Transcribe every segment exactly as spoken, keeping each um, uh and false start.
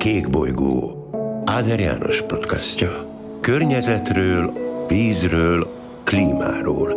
Kékbolygó Áder János podcastja. Környezetről, vízről, klímáról.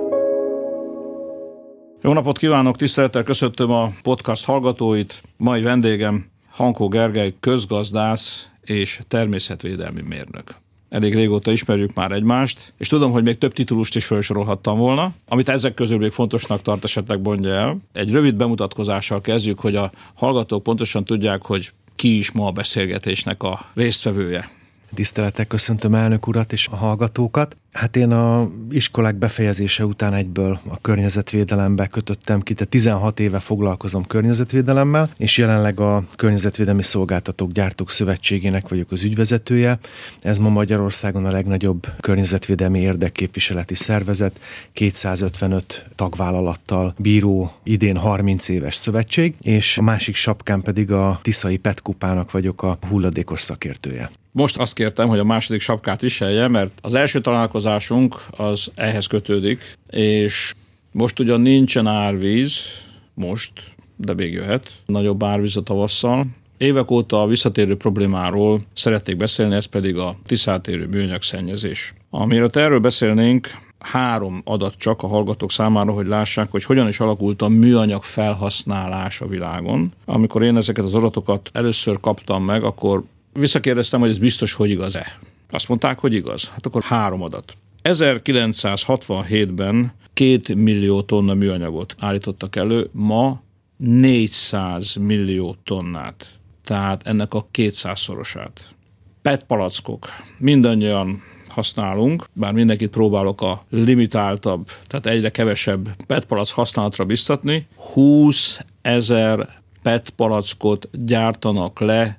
Jó napot kívánok, tisztelettel köszöntöm a podcast hallgatóit. Mai vendégem Hankó Gergely, közgazdász és természetvédelmi mérnök. Elég régóta ismerjük már egymást, és tudom, hogy még több titulust is felsorolhattam volna, amit ezek közül még fontosnak tart, esetleg mondja el. Egy rövid bemutatkozással kezdjük, hogy a hallgatók pontosan tudják, hogy ki is ma a beszélgetésnek a résztvevője. Tisztelettel köszöntöm elnök urat és a hallgatókat. Hát én a iskolák befejezése után egyből a környezetvédelembe kötöttem ki, tehát tizenhat éve foglalkozom környezetvédelemmel, és jelenleg a Környezetvédelmi Szolgáltatók Gyártók Szövetségének vagyok az ügyvezetője. Ez ma Magyarországon a legnagyobb környezetvédelmi érdekképviseleti szervezet, kétszázötvenöt tagvállalattal bíró, idén harminc éves szövetség, és a másik sapkán pedig a Tiszai Petkupának vagyok a hulladékos szakértője. Most azt kértem, hogy a második sapkát viselje, mert az első találkozásunk az ehhez kötődik, és most ugyan nincsen árvíz, most, de még jöhet, nagyobb árvíz a tavasszal. Évek óta a visszatérő problémáról szeretnék beszélni, ez pedig a tiszátérő műanyag szennyezés. Amiről erről beszélnénk, három adat csak a hallgatók számára, hogy lássák, hogy hogyan is alakult a műanyag felhasználás a világon. Amikor én ezeket az adatokat először kaptam meg, akkor visszakérdeztem, hogy ez biztos, hogy igaz-e. Azt mondták, hogy igaz. Hát akkor három adat. ezerkilencszázhatvanhétben két millió tonna műanyagot állítottak elő, ma négyszáz millió tonnát. Tehát ennek a kétszázszorosát. pé é té palackok. Mindannyian használunk, bár mindenkit próbálok a limitáltabb, tehát egyre kevesebb pé é té palack használatra biztatni. húszezer pé é té palackot gyártanak le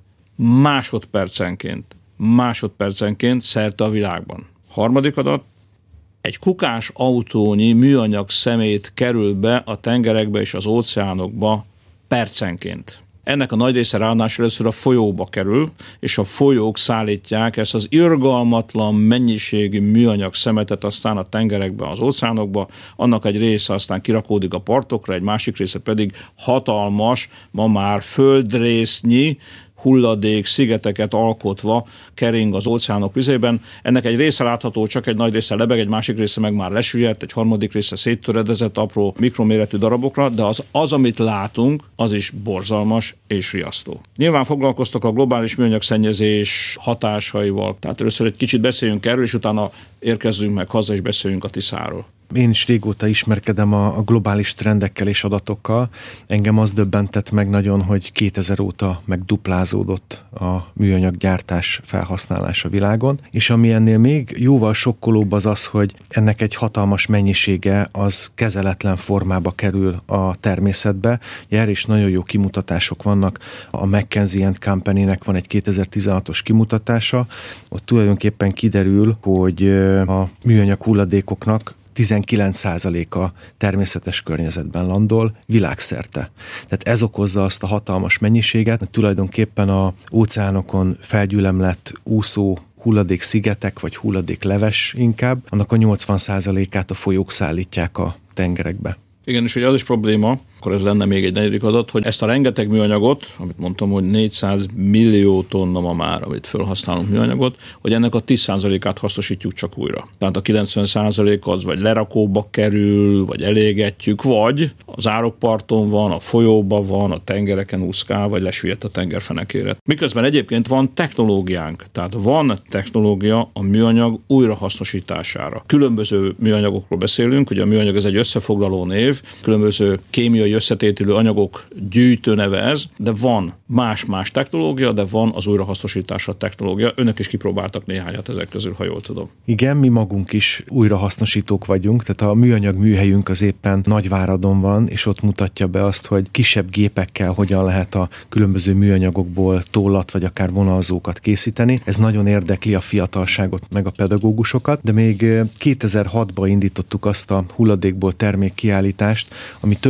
másodpercenként, másodpercenként szerte a világban. Harmadik adat, egy kukás autónyi műanyag szemét kerül be a tengerekbe és az óceánokba percenként. Ennek a nagy része ráadásul először a folyóba kerül, és a folyók szállítják ezt az irgalmatlan mennyiségű műanyag szemetet aztán a tengerekbe, az óceánokba, annak egy része aztán kirakódik a partokra, egy másik része pedig hatalmas, ma már földrésznyi hulladék szigeteket alkotva kering az óceánok vizében. Ennek egy része látható, csak egy nagy része lebeg, egy másik része meg már lesüllyedt, egy harmadik része széttöredezett apró mikroméretű darabokra, de az, az, amit látunk, az is borzalmas és riasztó. Nyilván foglalkoztak a globális műanyagszennyezés hatásaival, tehát először egy kicsit beszéljünk erről, és utána érkezzünk meg haza, és beszéljünk a Tiszáról. Én is régóta ismerkedem a, a globális trendekkel és adatokkal. Engem az döbbentett meg nagyon, hogy kétezer óta megduplázódott a műanyaggyártás felhasználása világon, és ami ennél még jóval sokkolóbb az az, hogy ennek egy hatalmas mennyisége az kezeletlen formába kerül a természetbe. Erre is nagyon jó kimutatások vannak. A McKinsey and Company-nek van egy kétezer-tizenhatos kimutatása. Ott tulajdonképpen kiderül, hogy a műanyag hulladékoknak tizenkilenc százaléka természetes környezetben landol világszerte. Tehát ez okozza azt a hatalmas mennyiséget, hogy tulajdonképpen a óceánokon felgyülemlett úszó hulladékszigetek, vagy hulladékleves inkább, annak a nyolcvan százalékát a folyók szállítják a tengerekbe. Igen, és ugye az is probléma, akkor ez lenne még egy negyedik adat, hogy ezt a rengeteg műanyagot, amit mondtam, hogy négyszáz millió tonna ma már, amit felhasználunk műanyagot, hogy ennek a tíz százalékát hasznosítjuk csak újra. Tehát a kilencven százalék az vagy lerakóba kerül, vagy elégetjük, vagy az árokparton van, a folyóban van, a tengereken úszkál, vagy lesüllyedt a tengerfenekére. Miközben egyébként van technológiánk, tehát van technológia a műanyag újrahasznosítására. Különböző műanyagokról beszélünk, ugye a műanyag ez egy összefoglaló név, különböző kémiai összetételű anyagok gyűjtő neve ez, de van más-más technológia, de van az újrahasznosításra technológia. Önök is kipróbáltak néhányat ezek közül, ha jól tudom. Igen, mi magunk is újrahasznosítók vagyunk, tehát a műanyag műhelyünk az éppen Nagyváradon van, és ott mutatja be azt, hogy kisebb gépekkel hogyan lehet a különböző műanyagokból tollat, vagy akár vonalzókat készíteni. Ez nagyon érdekli a fiatalságot, meg a pedagógusokat, de még kétezer-hatban indítottuk azt a hulladékból termékkiállítást, ami több mint száz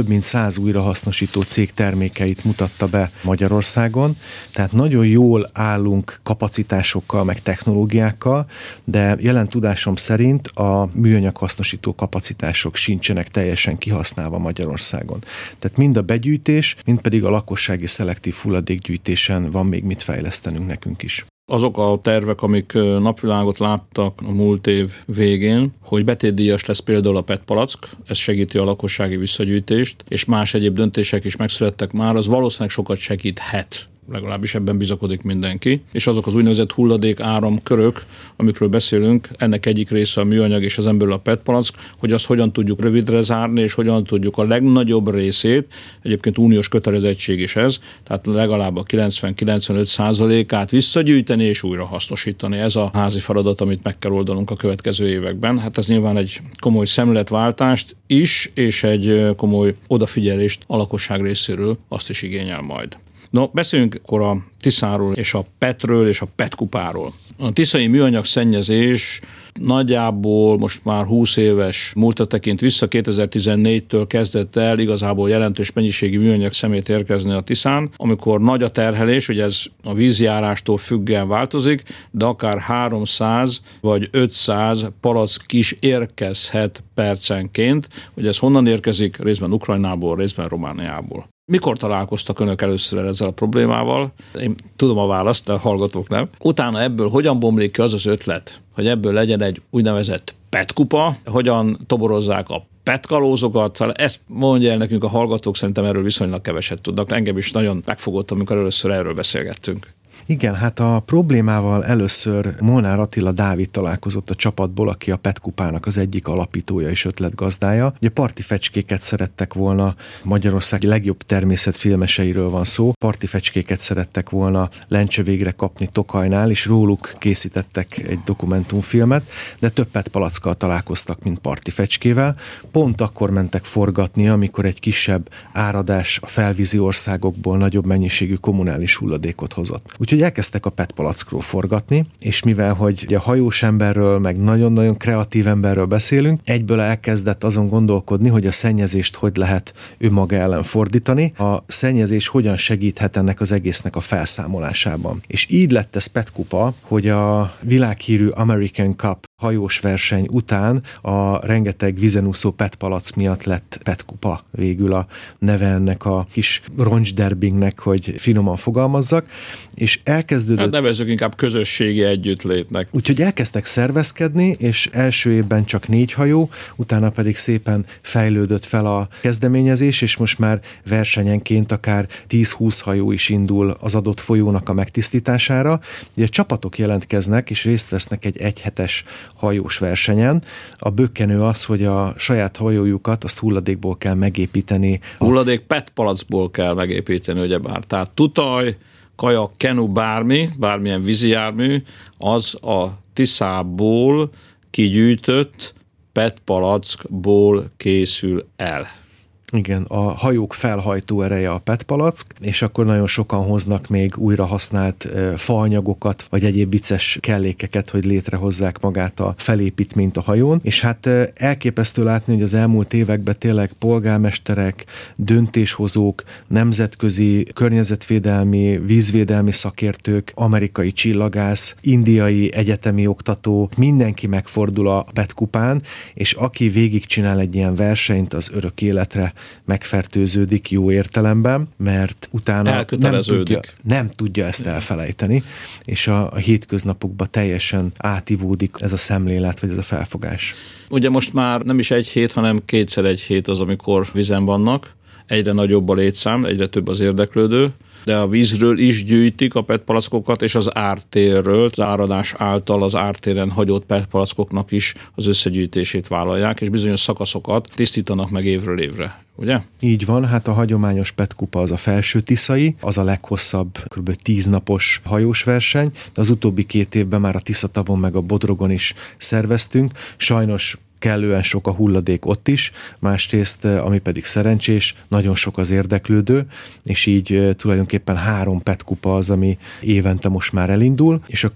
száz újrahasznosító cég termékeit mutatta be Magyarországon, tehát nagyon jól állunk kapacitásokkal, meg technológiákkal, de jelen tudásom szerint a műanyag hasznosító kapacitások sincsenek teljesen kihasználva Magyarországon. Tehát mind a begyűjtés, mind pedig a lakossági szelektív hulladékgyűjtésen van még mit fejlesztenünk nekünk is. Azok a tervek, amik napvilágot láttak a múlt év végén, hogy betétdíjas lesz például a pé é té palack, ez segíti a lakossági visszagyűjtést, és más egyéb döntések is megszülettek már, az valószínűleg sokat segíthet. Legalábbis ebben bizakodik mindenki. És azok az úgynevezett hulladék áramkörök, amikről beszélünk, ennek egyik része a műanyag és az belül a pé é té palack, hogy azt hogyan tudjuk rövidre zárni, és hogyan tudjuk a legnagyobb részét, egyébként uniós kötelezettség is ez, tehát legalább a kilencven-kilencvenöt százalékát visszagyűjteni és újra hasznosítani. Ez a házi feladat, amit meg kell oldanunk a következő években. Hát ez nyilván egy komoly szemléletváltást is, és egy komoly odafigyelést a lakosság részéről azt is igényel majd. No, beszéljünk akkor a Tiszáról és a pé é té-ről és a pé é té kupáról. A tiszai műanyag szennyezés nagyjából most már húsz éves múltra tekint vissza, kétezer-tizennégytől kezdett el igazából jelentős mennyiségű műanyag szemét érkezni a Tiszán, amikor nagy a terhelés, ugye ez a vízjárástól függően változik, de akár háromszáz vagy ötszáz palack is érkezhet percenként. Ugye ez honnan érkezik? Részben Ukrajnából, részben Romániából. Mikor találkoztak önök először ezzel a problémával? Én tudom a választ, de a hallgatók nem. Utána ebből hogyan bomlik ki az az ötlet, hogy ebből legyen egy úgynevezett pé é té kupa, hogyan toborozzák a pé é té kalózokat, ezt mondja el nekünk a hallgatók, szerintem erről viszonylag keveset tudnak. Engem is nagyon megfogott, amikor először erről beszélgettünk. Igen, hát a problémával először Molnár Attila Dávid találkozott a csapatból, aki a pé é té kupának az egyik alapítója és ötletgazdája. Ugye parti fecskéket szerettek volna, Magyarország legjobb természetfilmeseiről van szó, parti fecskéket szerettek volna lencse végre kapni Tokajnál, és róluk készítettek egy dokumentumfilmet, de több pé é té palackkal találkoztak, mint parti fecskével. Pont akkor mentek forgatni, amikor egy kisebb áradás a felvízi országokból nagyobb mennyiségű kommunális hulladékot hozott. Úgyhogy elkezdtek a pé é té palackról forgatni, és mivel, hogy a hajós emberről, meg nagyon-nagyon kreatív emberről beszélünk, egyből elkezdett azon gondolkodni, hogy a szennyezést hogy lehet ő maga ellen fordítani, a szennyezés hogyan segíthet ennek az egésznek a felszámolásában. És így lett ez pé é té kupa, hogy a világhírű American Cup hajós verseny után a rengeteg vízenúszó pé é té palack miatt lett pé é té kupa végül a neve ennek a kis roncsderbingnek, hogy finoman fogalmazzak, és elkezdődött... Hát nevezzük inkább közösségi együttlétnek. Úgyhogy elkezdtek szervezkedni, és első évben csak négy hajó, utána pedig szépen fejlődött fel a kezdeményezés, és most már versenyenként akár tíz-húsz hajó is indul az adott folyónak a megtisztítására. Ugye csapatok jelentkeznek, és részt vesznek egy egyhetes hajós versenyen. A bökkenő az, hogy a saját hajójukat azt hulladékból kell megépíteni. Hulladék pé é té palackból kell megépíteni, ugyebár. Tehát tutaj, kajak, kenu, bármi, bármilyen vízijármű, az a Tiszából kigyűjtött pé é té palackból készül el. Igen, a hajók felhajtó ereje a pé é té palack, és akkor nagyon sokan hoznak még újra használt e, faanyagokat, vagy egyéb vicces kellékeket, hogy létrehozzák magát a felépítményt a hajón, és hát e, elképesztő látni, hogy az elmúlt években tényleg polgármesterek, döntéshozók, nemzetközi környezetvédelmi, vízvédelmi szakértők, amerikai csillagász, indiai egyetemi oktató, mindenki megfordul a pé é té kupán, és aki végigcsinál egy ilyen versenyt, az örök életre megfertőződik jó értelemben, mert utána nem tudja, nem tudja ezt elfelejteni, és a, a hétköznapokban teljesen átívódik ez a szemlélet, vagy ez a felfogás. Ugye most már nem is egy hét, hanem kétszer egy hét az, amikor vízen vannak, egyre nagyobb a létszám, egyre több az érdeklődő, de a vízről is gyűjtik a pé é té palackokat, és az ártérről, az áradás által az ártéren hagyott pé é té palackoknak is az összegyűjtését vállalják, és bizonyos szakaszokat tisztítanak meg évről évre, ugye? Így van, hát a hagyományos pé é té kupa az a felső tiszai, az a leghosszabb, kb. tíz napos hajós verseny, de az utóbbi két évben már a Tiszatavon meg a Bodrogon is szerveztünk. Sajnos kellően sok a hulladék ott is, másrészt, ami pedig szerencsés, nagyon sok az érdeklődő, és így tulajdonképpen három pé é té kupa az, ami évente most már elindul, és akkor a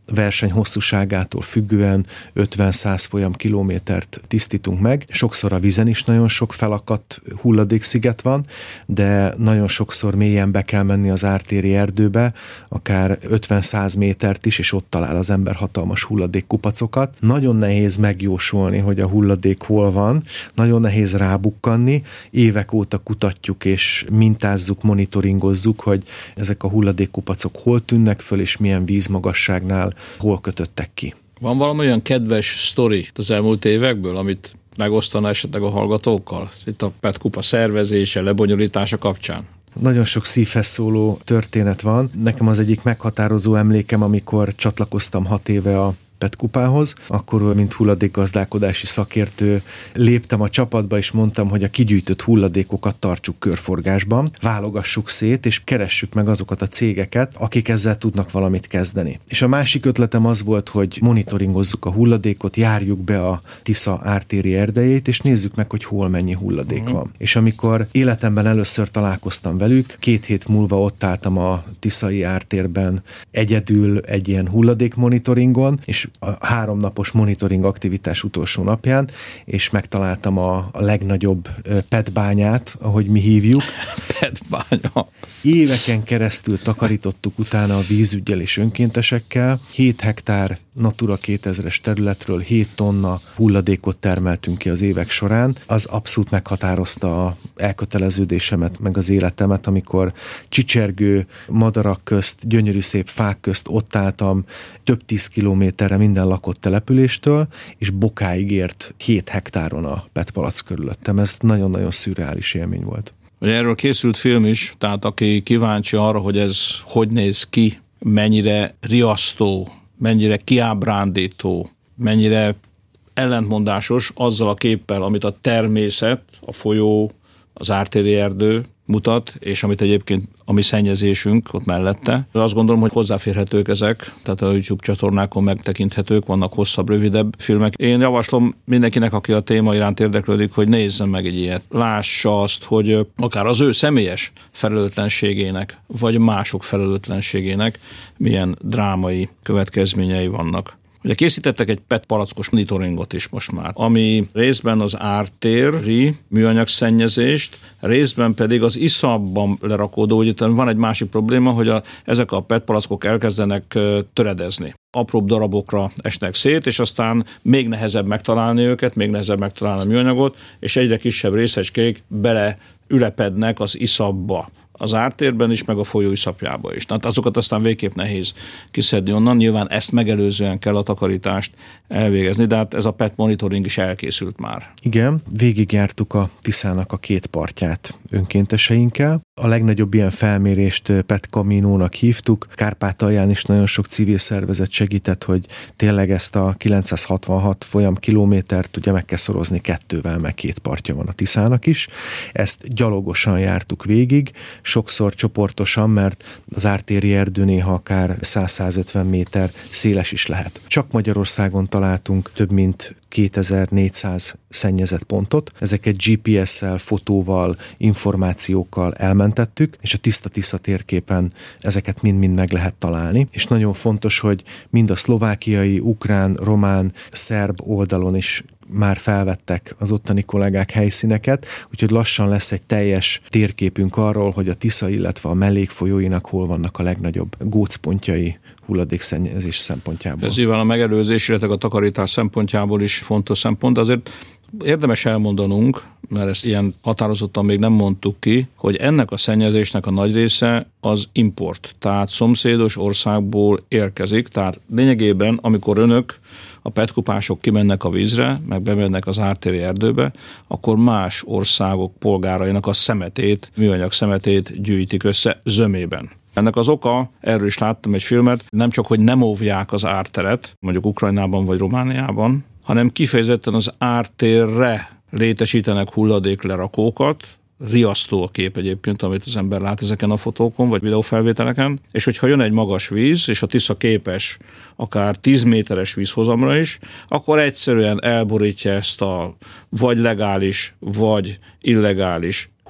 verseny hosszúságától függően ötven-száz folyam kilométert tisztítunk meg. Sokszor a vízen is nagyon sok felakadt hulladéksziget van, de nagyon sokszor mélyen be kell menni az ártéri erdőbe, akár ötven-száz métert is, és ott talál az ember hatalmas hulladékkupacokat. Nagyon nehéz megjósolni, hogy a hulladék hol van, nagyon nehéz rábukkanni. Évek óta kutatjuk és mintázzuk, monitoringozzuk, hogy ezek a hulladékkupacok hol tűnnek föl, és milyen vízmagasságnál hol kötöttek ki. Van valami olyan kedves sztori az elmúlt évekből, amit megosztana esetleg a hallgatókkal? Itt a petkupa szervezése, lebonyolítása kapcsán. Nagyon sok szívhez szóló történet van. Nekem az egyik meghatározó emlékem, amikor csatlakoztam hat éve a petkupához, akkor, mint hulladékgazdálkodási szakértő léptem a csapatba, és mondtam, hogy a kigyűjtött hulladékokat tartsuk körforgásban, válogassuk szét, és keressük meg azokat a cégeket, akik ezzel tudnak valamit kezdeni. És a másik ötletem az volt, hogy monitoringozzuk a hulladékot, járjuk be a Tisza ártéri erdejét, és nézzük meg, hogy hol mennyi hulladék van. És amikor életemben először találkoztam velük, két hét múlva ott álltam a tiszai ártérben egyedül egy ilyen hulladékmonitoringon, és a háromnapos monitoring aktivitás utolsó napján, és megtaláltam a, a legnagyobb petbányát, ahogy mi hívjuk. Petbánya. Éveken keresztül takarítottuk utána a vízüggyel és önkéntesekkel. hét hektár Natura kétezres területről hét tonna hulladékot termeltünk ki az évek során. Az abszolút meghatározta az elköteleződésemet, meg az életemet, amikor csicsergő madarak közt, gyönyörű szép fák közt ott álltam, több tíz kilométerre minden lakott településtől, és bokáig ért hét hektáron a petpalack körülöttem. Ez nagyon-nagyon szürreális élmény volt. Erről készült film is, tehát aki kíváncsi arra, hogy ez hogy néz ki, mennyire riasztó, mennyire kiábrándító, mennyire ellentmondásos azzal a képpel, amit a természet, a folyó, az ártéri erdő mutat, és amit egyébként a mi szennyezésünk ott mellette. Azt gondolom, hogy hozzáférhetők ezek, tehát a YouTube csatornákon megtekinthetők, vannak hosszabb, rövidebb filmek. Én javaslom mindenkinek, aki a téma iránt érdeklődik, hogy nézzen meg egy ilyet. Lássa azt, hogy akár az ő személyes felelőtlenségének, vagy mások felelőtlenségének milyen drámai következményei vannak. Ugye készítettek egy petpalackos monitoringot is most már, ami részben az ártéri műanyagszennyezést, részben pedig az iszapban lerakódó, hogy itt van egy másik probléma, hogy a, ezek a petpalackok elkezdenek töredezni. Apróbb darabokra esnek szét, és aztán még nehezebb megtalálni őket, még nehezebb megtalálni a műanyagot, és egyre kisebb részecskék bele ülepednek az iszapba. Az ártérben is, meg a folyó iszapjába is. Tehát azokat aztán végképp nehéz kiszedni onnan. Nyilván ezt megelőzően kell a takarítást elvégezni, de hát ez a pet monitoring is elkészült már. Igen, végigjártuk a Tiszának a két partját önkénteseinkkel. A legnagyobb ilyen felmérést Pet Caminónak hívtuk. Kárpátalján is nagyon sok civil szervezet segített, hogy tényleg ezt a kilencszázhatvanhat folyam kilométert ugye meg kell szorozni kettővel, meg két partja van a Tiszának is. Ezt gyalogosan jártuk végig, sokszor csoportosan, mert az ártéri erdő néha akár száz-százötven méter széles is lehet. Csak Magyarországon találtunk több mint kétezer-négyszáz szennyezett pontot. Ezeket gé pé es-szel, fotóval, információkkal elmentettük, és a Tiszta Tisza térképen ezeket mind-mind meg lehet találni. És nagyon fontos, hogy mind a szlovákiai, ukrán, román, szerb oldalon is már felvettek az ottani kollégák helyszíneket, úgyhogy lassan lesz egy teljes térképünk arról, hogy a Tisza, illetve a mellékfolyóinak hol vannak a legnagyobb gócpontjai hulladékszennyezés szempontjából. Ez nyilván a megelőzés, illetve a takarítás szempontjából is fontos szempont, azért érdemes elmondanunk, mert ezt ilyen határozottan még nem mondtuk ki, hogy ennek a szennyezésnek a nagy része az import, tehát szomszédos országból érkezik, tehát lényegében, amikor önök, a petkupások kimennek a vízre, meg bemennek az ártéri erdőbe, akkor más országok polgárainak a szemetét, műanyag szemetét gyűjtik össze zömében. Ennek az oka, erről is láttam egy filmet, nem csak, hogy nem óvják az árteret, mondjuk Ukrajnában vagy Romániában, hanem kifejezetten az ártérre létesítenek hulladéklerakókat, riasztó a kép egyébként, amit az ember lát ezeken a fotókon, vagy videófelvételeken, és hogyha jön egy magas víz, és a Tisza képes akár tíz méteres vízhozamra is, akkor egyszerűen elborítja ezt a vagy legális, vagy illegális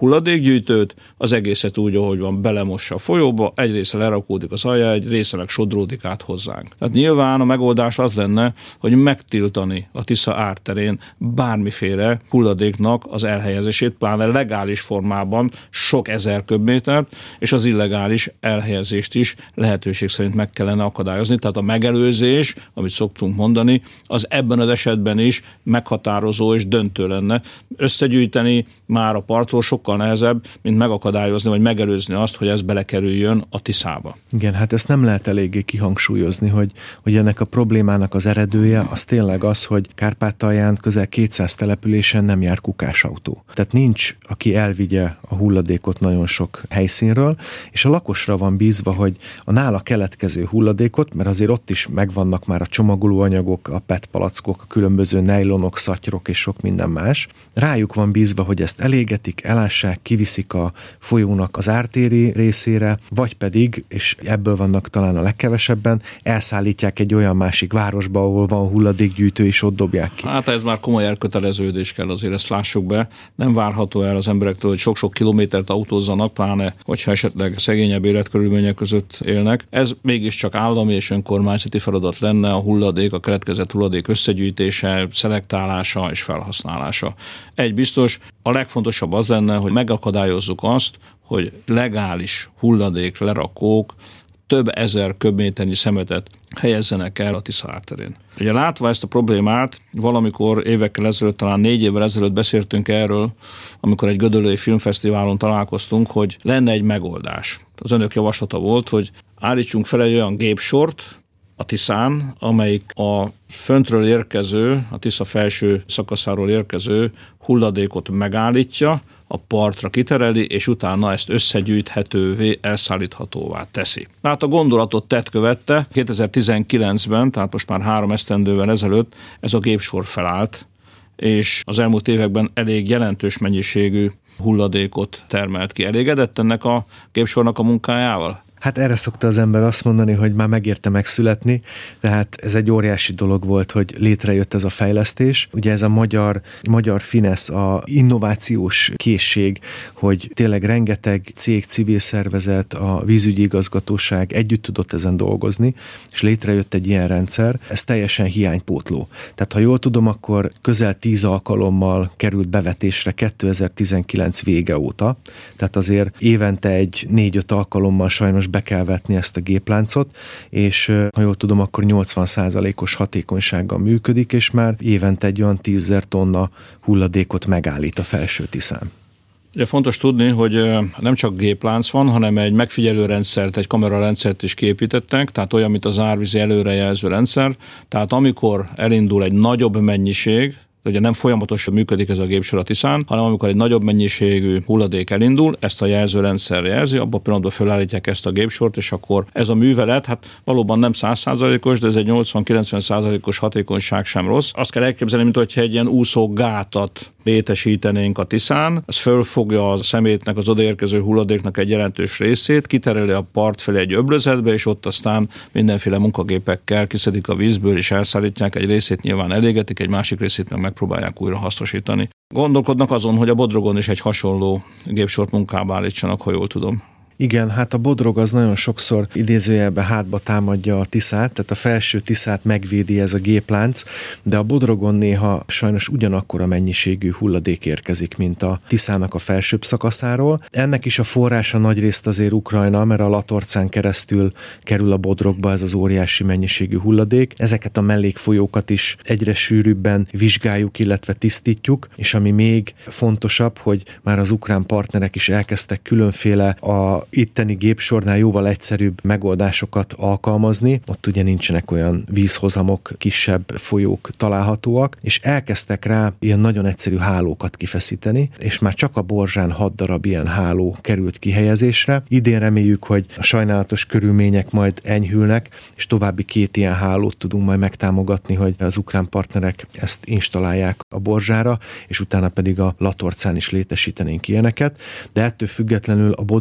hulladékgyűjtőt, az egészet úgy, ahogy van, belemossa a folyóba, egy része lerakódik az alja, egy része meg sodródik át hozzánk. Tehát nyilván a megoldás az lenne, hogy megtiltani a Tisza árterén bármiféle hulladéknak az elhelyezését, pláne legális formában sok ezer köbmétert, és az illegális elhelyezést is lehetőség szerint meg kellene akadályozni. Tehát a megelőzés, amit szoktunk mondani, az ebben az esetben is meghatározó és döntő lenne. Összegyűjteni már a partról sokkal nehezebb, mint megakadályozni, vagy megelőzni azt, hogy ez belekerüljön a Tiszába. Igen, hát ezt nem lehet eléggé kihangsúlyozni, hogy, hogy ennek a problémának az eredője az tényleg az, hogy Kárpátalján közel kétszáz településen nem jár kukásautó. Tehát nincs, aki elvigye a hulladékot nagyon sok helyszínről, és a lakosra van bízva, hogy a nála keletkező hulladékot, mert azért ott is megvannak már a csomagolóanyagok, a pé é té palackok, a különböző nejlonok, szatyrok és sok minden más. Rájuk van bízva, hogy ezt elégetik, elássák, kiviszik a folyónak az ártéri részére, vagy pedig, és ebből vannak talán a legkevesebben, elszállítják egy olyan másik városba, ahol van hulladékgyűjtő, és ott dobják ki. Hát ez már komoly elköteleződés kell, azért ezt lássuk be. Nem várható el az emberektől, hogy sok-sok kilométert autózzanak, pláne, hogyha esetleg szegényebb életkörülmények között élnek. Ez mégiscsak állami és önkormányzati feladat lenne, a hulladék, a keletkezett hulladék összegyűjtése, szelektálása és felhasználása. Egy biztos, a legfontosabb az lenne, hogy megakadályozzuk azt, hogy legális hulladék lerakók több ezer köbméternyi szemetet helyezzenek el a Tisza árterén. Ugye látva ezt a problémát, valamikor évekkel ezelőtt, talán négy évvel ezelőtt beszéltünk erről, amikor egy gödöllői filmfesztiválon találkoztunk, hogy lenne egy megoldás. Az önök javaslata volt, hogy állítsunk fel egy olyan gépsort a Tiszán, amelyik a föntről érkező, a Tisza felső szakaszáról érkező hulladékot megállítja, a partra kitereli, és utána ezt összegyűjthetővé, elszállíthatóvá teszi. Hát a gondolatot tett követte. kétezer-tizenkilencben, tehát most már három esztendővel ezelőtt ez a gépsor felállt, és az elmúlt években elég jelentős mennyiségű hulladékot termelt ki. Elégedett ennek a gépsornak a munkájával? Hát erre szokta az ember azt mondani, hogy már megérte megszületni, tehát ez egy óriási dolog volt, hogy létrejött ez a fejlesztés. Ugye ez a magyar, magyar finesz, a innovációs készség, hogy tényleg rengeteg cég, civil szervezet, a vízügyi igazgatóság együtt tudott ezen dolgozni, és létrejött egy ilyen rendszer, ez teljesen hiánypótló. Tehát ha jól tudom, akkor közel tíz alkalommal került bevetésre kétezer-tizenkilenc vége óta, tehát azért évente egy négy-öt alkalommal sajnos be kell vetni ezt a gépláncot, és ha jól tudom, akkor nyolcvan százalékos hatékonysággal működik, és már évente egy olyan tízezer tonna hulladékot megállít a Felső Tiszán. Ugye fontos tudni, hogy nem csak géplánc van, hanem egy megfigyelő rendszert, egy kamerarendszert is kiépítettek, tehát olyan, mint az árvízi előrejelző rendszer. Tehát amikor elindul egy nagyobb mennyiség, ugye nem folyamatosan működik ez a gépsor a Tiszán, hanem amikor egy nagyobb mennyiségű hulladék elindul, ezt a jelzőrendszer jelzi, abban a pillanatban felállítják ezt a gépsort, és akkor ez a művelet, hát valóban nem száz százalékos, de ez egy nyolcvan-kilencven százalékos hatékonyság sem rossz. Azt kell elképzelni, mint hogyha egy ilyen úszógátat létesítenénk a Tiszán, ez fölfogja a szemétnek, az odaérkező hulladéknak egy jelentős részét, kitereli a part felé egy öblözetbe, és ott aztán mindenféle munkagépekkel kiszedik a vízből, és elszállítják, egy részét nyilván elégetik, egy másik részét meg megpróbálják újra hasznosítani. Gondolkodnak azon, hogy a Bodrogon is egy hasonló gépsort munkába állítsanak, ha jól tudom. Igen, hát a Bodrog az nagyon sokszor idézőjelben hátba támadja a Tiszát, tehát a Felső Tiszát megvédi ez a géplánc, de a Bodrogon néha sajnos ugyanakkora mennyiségű hulladék érkezik, mint a Tiszának a felsőbb szakaszáról. Ennek is a forrása nagyrészt azért Ukrajna, mert a Latorcán keresztül kerül a Bodrogba ez az óriási mennyiségű hulladék. Ezeket a mellékfolyókat is egyre sűrűbben vizsgáljuk, illetve tisztítjuk, és ami még fontosabb, hogy már az ukrán partnerek is elkezdtek különféle a itteni gépsornál jóval egyszerűbb megoldásokat alkalmazni, ott ugye nincsenek olyan vízhozamok, kisebb folyók találhatóak, és elkezdtek rá ilyen nagyon egyszerű hálókat kifeszíteni, és már csak a Borzsán hat darab ilyen háló került kihelyezésre. Idén reméljük, hogy a sajnálatos körülmények majd enyhülnek, és további két ilyen hálót tudunk majd megtámogatni, hogy az ukrán partnerek ezt installálják a Borzsára, és utána pedig a Latorcán is létesítenénk ilyeneket, de ettől függetlenül a Bodrogon is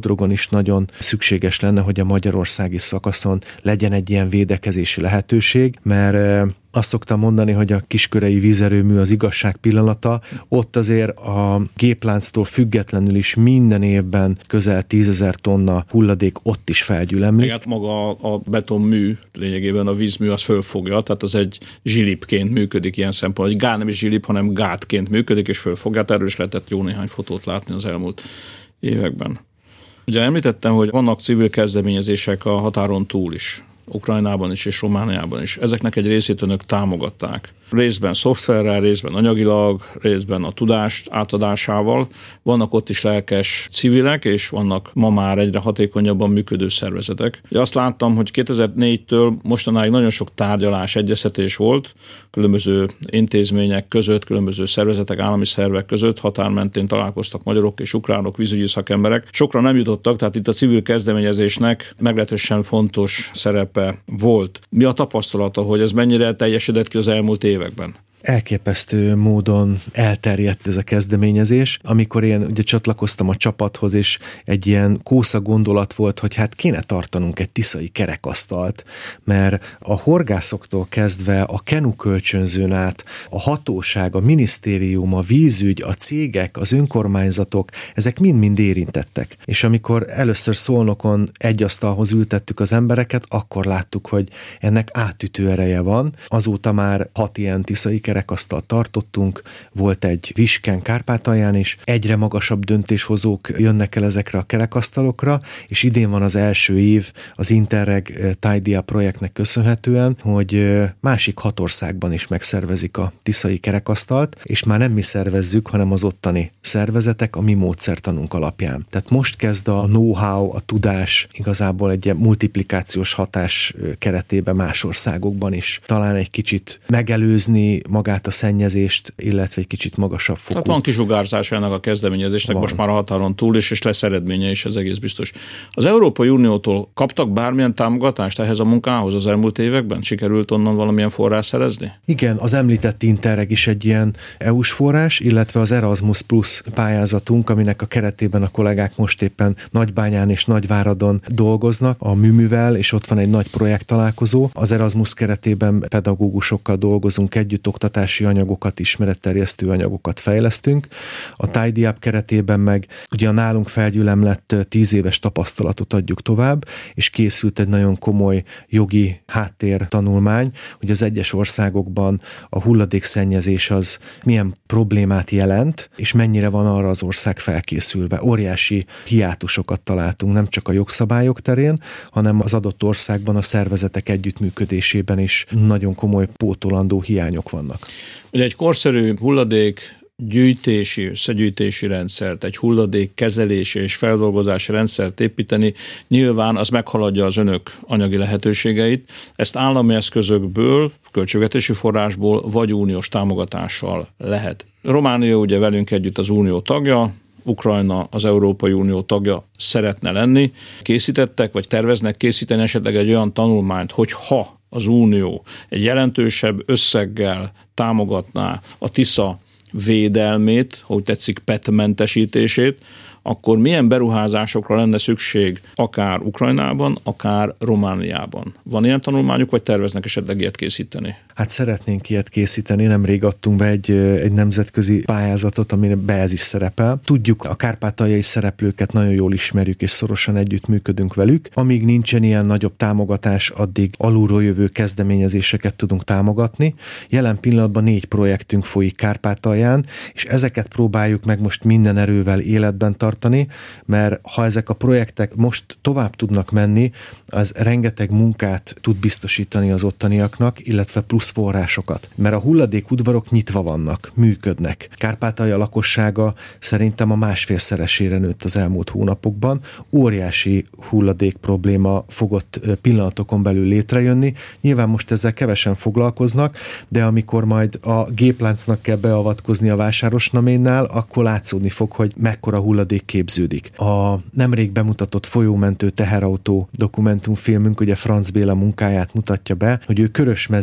nagyon szükséges lenne, hogy a magyarországi szakaszon legyen egy ilyen védekezési lehetőség, mert azt szoktam mondani, hogy a kiskörei vízerőmű az igazság pillanata. Ott azért a géplánctól függetlenül is minden évben közel tízezer tonna hulladék ott is felgyülemlik. Hát maga a betonmű, lényegében a vízmű az fölfogja, tehát az egy zsilipként működik ilyen szempontból. Egy gát nem is zsilip, hanem gátként működik, és fölfogja. Erről is lehetett jó néhány fotót látni az elmúlt években. Ugye említettem, hogy vannak civil kezdeményezések a határon túl is. Ukrajnában is és Romániában is. Ezeknek egy részét önök támogatták. Részben szoftverrel, részben anyagilag, részben a tudást átadásával. Vannak ott is lelkes civilek, és vannak ma már egyre hatékonyabban működő szervezetek. Azt láttam, hogy kétezer-négytől mostanáig nagyon sok tárgyalás, egyeztetés volt, különböző intézmények között, különböző szervezetek, állami szervek között, határmentén találkoztak magyarok és ukránok, vízügyi szakemberek. Sokra nem jutottak, tehát itt a civil kezdeményezésnek meglehetősen fontos szerepe volt. Mi a tapasztalata, hogy ez mennyire teljesedett ki az elmúlt években? Elképesztő módon elterjedt ez a kezdeményezés. Amikor én ugye csatlakoztam a csapathoz, és egy ilyen kósza gondolat volt, hogy hát kéne tartanunk egy tiszai kerekasztalt, mert a horgászoktól kezdve a kenukölcsönzőn át, a hatóság, a minisztérium, a vízügy, a cégek, az önkormányzatok, ezek mind-mind érintettek. És amikor először Szolnokon egy asztalhoz ültettük az embereket, akkor láttuk, hogy ennek átütő ereje van. Azóta már hat ilyen tiszai kerekasztalt tartottunk, volt egy Visken Kárpátalján is, egyre magasabb döntéshozók jönnek el ezekre a kerekasztalokra, és idén van az első év az Interreg Taidia projektnek köszönhetően, hogy másik hat országban is megszervezik a tiszai kerekasztalt, és már nem mi szervezzük, hanem az ottani szervezetek a mi módszertanunk alapján. Tehát most kezd a know-how, a tudás igazából egy ilyen multiplikációs hatás keretében más országokban is talán egy kicsit megelőzni magát a szennyezést, illetve egy kicsit magasabb fokú. Tehát van kisugárzás ennek a kezdeményezésnek van. Most már a határon túl is, és lesz eredménye is, ez egész biztos. Az Európai Uniótól kaptak bármilyen támogatást ehhez a munkához az elmúlt években? Sikerült onnan valamilyen forrás szerezni? Igen, az említett Interreg is egy ilyen é u-s forrás, illetve az Erasmus Plus pályázatunk, aminek a keretében a kollégák most éppen Nagybányán és Nagyváradon dolgoznak a műművel, és ott van egy nagy projekt találkozó. Az Erasmus keretében pedagógusokkal dolgozunk együtt, oktatási anyagokat, ismeretterjesztő anyagokat fejlesztünk. A Tidy Up keretében meg ugye a nálunk felgyülemlett tíz éves tapasztalatot adjuk tovább, és készült egy nagyon komoly jogi háttér tanulmány, hogy az egyes országokban a hulladékszennyezés az milyen problémát jelent, és mennyire van arra az ország felkészülve. Óriási hiátusokat találtunk, nem csak a jogszabályok terén, hanem az adott országban a szervezetek együttműködésében is nagyon komoly pótolandó hiányok vannak. Ugye egy korszerű hulladék gyűjtési, összegyűjtési rendszert, egy hulladék kezelési és feldolgozási rendszert építeni, nyilván az meghaladja az önök anyagi lehetőségeit. Ezt állami eszközökből, költségvetési forrásból vagy uniós támogatással lehet. Románia ugye velünk együtt az unió tagja, Ukrajna az Európai Unió tagja szeretne lenni. Készítettek, vagy terveznek készíteni esetleg egy olyan tanulmányt, hogy ha az Unió egy jelentősebb összeggel támogatná a Tisza védelmét, hogy tetszik, pé é té-mentesítését, akkor milyen beruházásokra lenne szükség akár Ukrajnában, akár Romániában? Van ilyen tanulmányuk, vagy terveznek esetleg ilyet készíteni? Hát szeretnénk ilyet készíteni, nemrég adtunk be egy, egy nemzetközi pályázatot, amiben ez is szerepel. Tudjuk, a kárpátaljai szereplőket nagyon jól ismerjük, és szorosan együttműködünk velük. Amíg nincsen ilyen nagyobb támogatás, addig alulról jövő kezdeményezéseket tudunk támogatni. Jelen pillanatban négy projektünk folyik Kárpátalján, és ezeket próbáljuk meg most minden erővel életben tartani, mert ha ezek a projektek most tovább tudnak menni, az rengeteg munkát tud biztosítani az ottaniaknak, illetve plusz forrásokat. Mert a hulladékudvarok nyitva vannak, működnek. Kárpátalja lakossága szerintem a másfélszeresére nőtt az elmúlt hónapokban. Óriási hulladék probléma fogott pillanatokon belül létrejönni. Nyilván most ezzel kevesen foglalkoznak, de amikor majd a gépláncnak kell beavatkozni a Vásárosnaménnál, akkor látszódni fog, hogy mekkora hulladék képződik. A nemrég bemutatott Folyómentő teherautó dokumentumfilmünk ugye Franz Béla munkáját mutatja be, hogy ő Körösmezőn a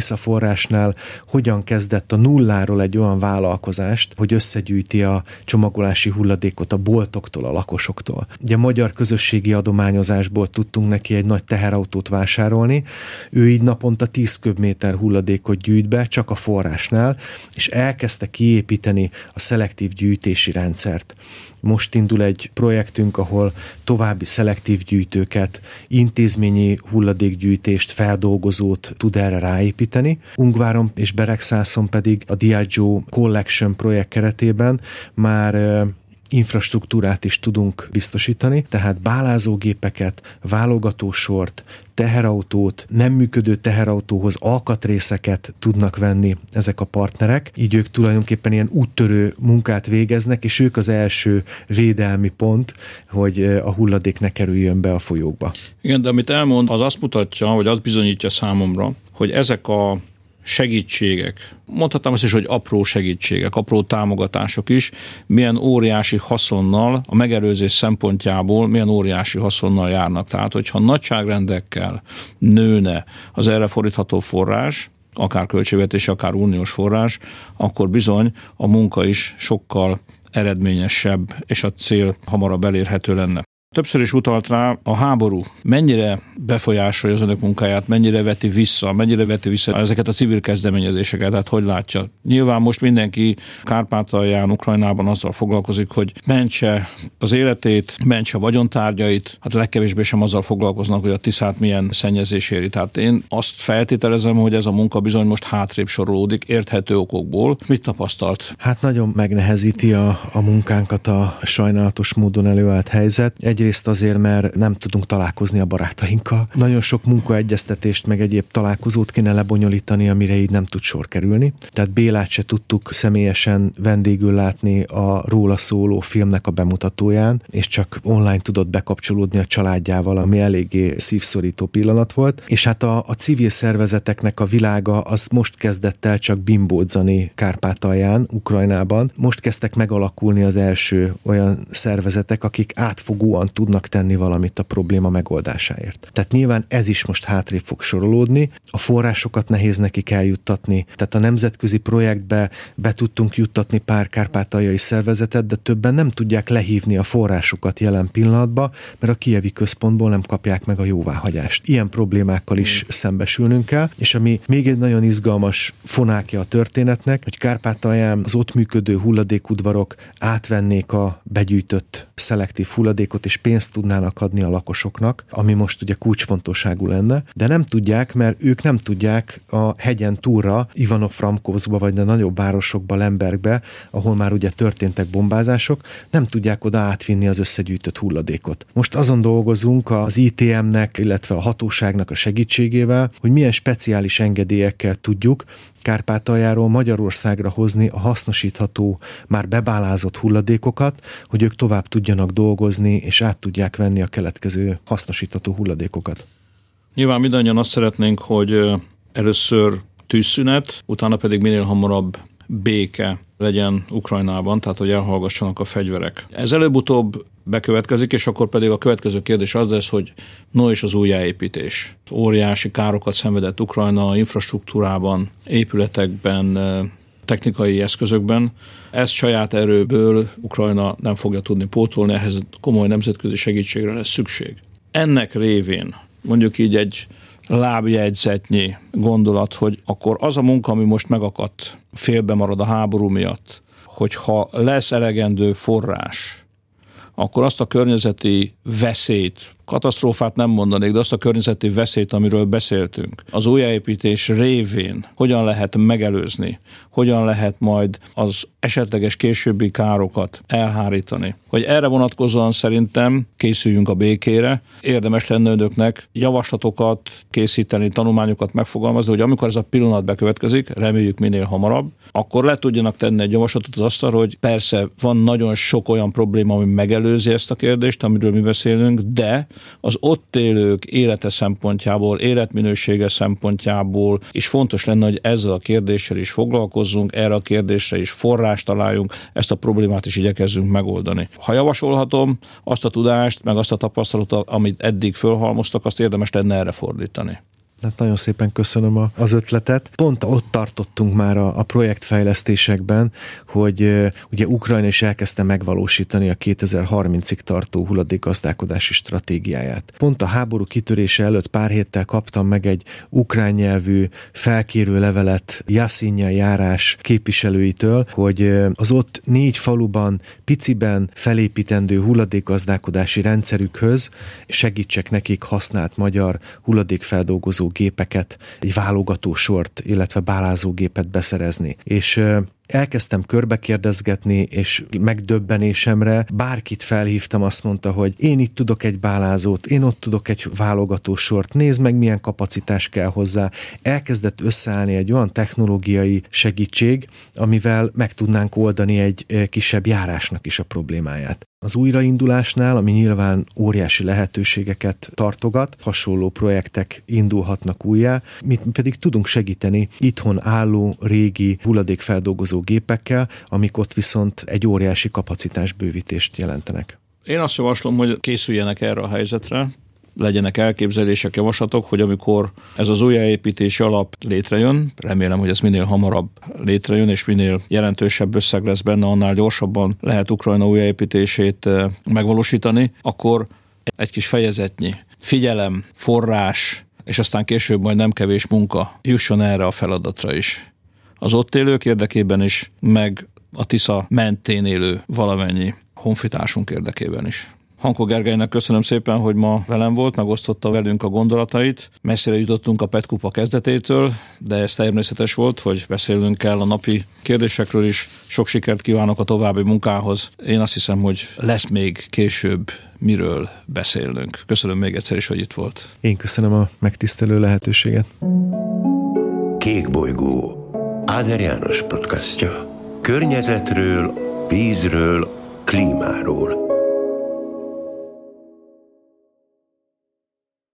Tisza forrásnál hogyan kezdett a nulláról egy olyan vállalkozást, hogy összegyűjti a csomagolási hulladékot a boltoktól, a lakosoktól. Ugye a magyar közösségi adományozásból tudtunk neki egy nagy teherautót vásárolni, ő így naponta tíz köbméter hulladékot gyűjt be, csak a forrásnál, és elkezdte kiépíteni a szelektív gyűjtési rendszert. Most indul egy projektünk, ahol további szelektív gyűjtőket, intézményi hulladékgyűjtést, feldolgozót tud erre ráépíteni. Ungváron és Beregszászon pedig a Diageo Collection projekt keretében már infrastruktúrát is tudunk biztosítani, tehát bálázógépeket, válogatósort, teherautót, nem működő teherautóhoz alkatrészeket tudnak venni ezek a partnerek, így ők tulajdonképpen ilyen úttörő munkát végeznek, és ők az első védelmi pont, hogy a hulladék ne kerüljön be a folyókba. Igen, de amit elmond, az azt mutatja, vagy azt bizonyítja számomra, hogy ezek a segítségek, mondhatnám azt is, hogy apró segítségek, apró támogatások is, milyen óriási haszonnal, a megelőzés szempontjából milyen óriási haszonnal járnak. Tehát, hogyha nagyságrendekkel nőne az erre fordítható forrás, akár költségvetési, akár uniós forrás, akkor bizony a munka is sokkal eredményesebb, és a cél hamarabb elérhető lenne. Többször is utalt rá, a háború mennyire befolyásolja az önök munkáját, mennyire veti vissza, mennyire veti vissza ezeket a civil kezdeményezéseket, tehát hogy látja. Nyilván most mindenki Kárpátalján, Ukrajnában azzal foglalkozik, hogy mentse az életét, mentse a vagyontárgyait, hát legkevésbé sem azzal foglalkoznak, hogy a Tiszát milyen szennyezés éri. Tehát én azt feltételezem, hogy ez a munka bizony most hátrébb sorolódik, érthető okokból. Mit tapasztalt? Hát nagyon megnehezíti a, a munkánkat a sajnálatos módon előállt helyzet. Egyrészt azért, mert nem tudunk találkozni a barátainkkal. Nagyon sok munkaegyeztetést, meg egyéb találkozót kéne lebonyolítani, amire így nem tud sor kerülni. Tehát Bélát se tudtuk személyesen vendégül látni a róla szóló filmnek a bemutatóján, és csak online tudott bekapcsolódni a családjával, ami eléggé szívszorító pillanat volt. És hát a, a civil szervezeteknek a világa az most kezdett el csak bimbódzani Kárpátalján, Ukrajnában. Most kezdtek megalakulni az első olyan szervezetek, akik átfogóan tudnak tenni valamit a probléma megoldásáért. Tehát nyilván ez is most hátrébb fog sorolódni, a forrásokat nehéz nekik eljuttatni, tehát a nemzetközi projektbe be tudtunk juttatni pár kárpátaljai szervezetet, de többen nem tudják lehívni a forrásokat jelen pillanatban, mert a kijevi központból nem kapják meg a jóváhagyást. Ilyen problémákkal is szembesülnünk kell, és ami még egy nagyon izgalmas fonákja a történetnek, hogy Kárpátalján az ott működő hulladékudvarok átvennék a begyűjtött szelektív hulladékot, és pénzt tudnának adni a lakosoknak, ami most ugye kulcsfontosságú lenne, de nem tudják, mert ők nem tudják a hegyen túlra, Ivano-Frankovszkba vagy a nagyobb városokba, Lembergbe, ahol már ugye történtek bombázások, nem tudják oda átvinni az összegyűjtött hulladékot. Most azon dolgozunk az I T M-nek, illetve a hatóságnak a segítségével, hogy milyen speciális engedélyekkel tudjuk Kárpátaljáról Magyarországra hozni a hasznosítható, már bebálázott hulladékokat, hogy ők tovább tudjanak dolgozni, és át tudják venni a keletkező hasznosítható hulladékokat. Nyilván mindannyian azt szeretnénk, hogy először tűzszünet, utána pedig minél hamarabb béke legyen Ukrajnában, tehát hogy elhallgassanak a fegyverek. Ez előbb-utóbb bekövetkezik, és akkor pedig a következő kérdés az lesz, hogy no és az újjáépítés. Óriási károkat szenvedett Ukrajna infrastruktúrában, épületekben, technikai eszközökben. Ezt saját erőből Ukrajna nem fogja tudni pótolni, ehhez komoly nemzetközi segítségre lesz szükség. Ennek révén mondjuk így egy lábjegyzetnyi gondolat, hogy akkor az a munka, ami most megakadt, félbe marad a háború miatt, hogyha lesz elegendő forrás, akkor azt a környezeti veszélyt, katasztrófát nem mondanék, de azt a környezeti veszélyt, amiről beszéltünk, az újjáépítés révén hogyan lehet megelőzni, hogyan lehet majd az esetleges későbbi károkat elhárítani. Hogy erre vonatkozóan szerintem készüljünk a békére, érdemes lenne önöknek javaslatokat készíteni, tanulmányokat megfogalmazni, hogy amikor ez a pillanat bekövetkezik, reméljük minél hamarabb, akkor le tudjanak tenni egy javaslatot az asztalra, hogy persze van nagyon sok olyan probléma, ami megelőzi ezt a kérdést, amiről mi beszélünk, de az ott élők élete szempontjából, életminősége szempontjából is fontos lenne, hogy ezzel a kérdéssel is foglalkozzunk, erre a kérdésre is forrást találjunk, ezt a problémát is igyekezzünk megoldani. Ha javasolhatom, azt a tudást, meg azt a tapasztalatot, amit eddig fölhalmoztak, azt érdemes lenne erre fordítani. Hát nagyon szépen köszönöm a, az ötletet. Pont ott tartottunk már a, a projektfejlesztésekben, hogy uh, ugye Ukrajna is elkezdte megvalósítani a kétezer-harmincig tartó hulladékgazdálkodási stratégiáját. Pont a háború kitörése előtt pár héttel kaptam meg egy ukrán nyelvű felkérő levelet Jaszinya járás képviselőitől, hogy uh, az ott négy faluban piciben felépítendő hulladékgazdálkodási rendszerükhöz segítsek nekik használt magyar hulladékfeldolgozó gépeket, egy válogatósort, illetve bálázógépet beszerezni. És elkezdtem körbekérdezgetni, és megdöbbenésemre bárkit felhívtam, azt mondta, hogy én itt tudok egy bálázót, én ott tudok egy válogatósort, nézd meg, milyen kapacitás kell hozzá. Elkezdett összeállni egy olyan technológiai segítség, amivel meg tudnánk oldani egy kisebb járásnak is a problémáját. Az újraindulásnál, ami nyilván óriási lehetőségeket tartogat, hasonló projektek indulhatnak újjá, mi pedig tudunk segíteni itthon álló régi hulladékfeldolgozó gépekkel, amik ott viszont egy óriási kapacitásbővítést jelentenek. Én azt javaslom, hogy készüljenek erre a helyzetre, legyenek elképzelések, javaslatok, hogy amikor ez az újjáépítési alap létrejön, remélem, hogy ez minél hamarabb létrejön, és minél jelentősebb összeg lesz benne, annál gyorsabban lehet Ukrajna újjáépítését megvalósítani, akkor egy kis fejezetnyi figyelem, forrás, és aztán később majd nem kevés munka jusson erre a feladatra is. Az ott élők érdekében is, meg a Tisza mentén élő valamennyi honfitársunk érdekében is. Hankó Gergelynek köszönöm szépen, hogy ma velem volt, megosztotta velünk a gondolatait. Messzire jutottunk a Petkupa kezdetétől, de ez természetes volt, hogy beszélnünk kell a napi kérdésekről is. Sok sikert kívánok a további munkához. Én azt hiszem, hogy lesz még később miről beszélnünk. Köszönöm még egyszer is, hogy itt volt. Én köszönöm a megtisztelő lehetőséget. Kék bolygó. Áder János podcastja. Környezetről, vízről, klímáról.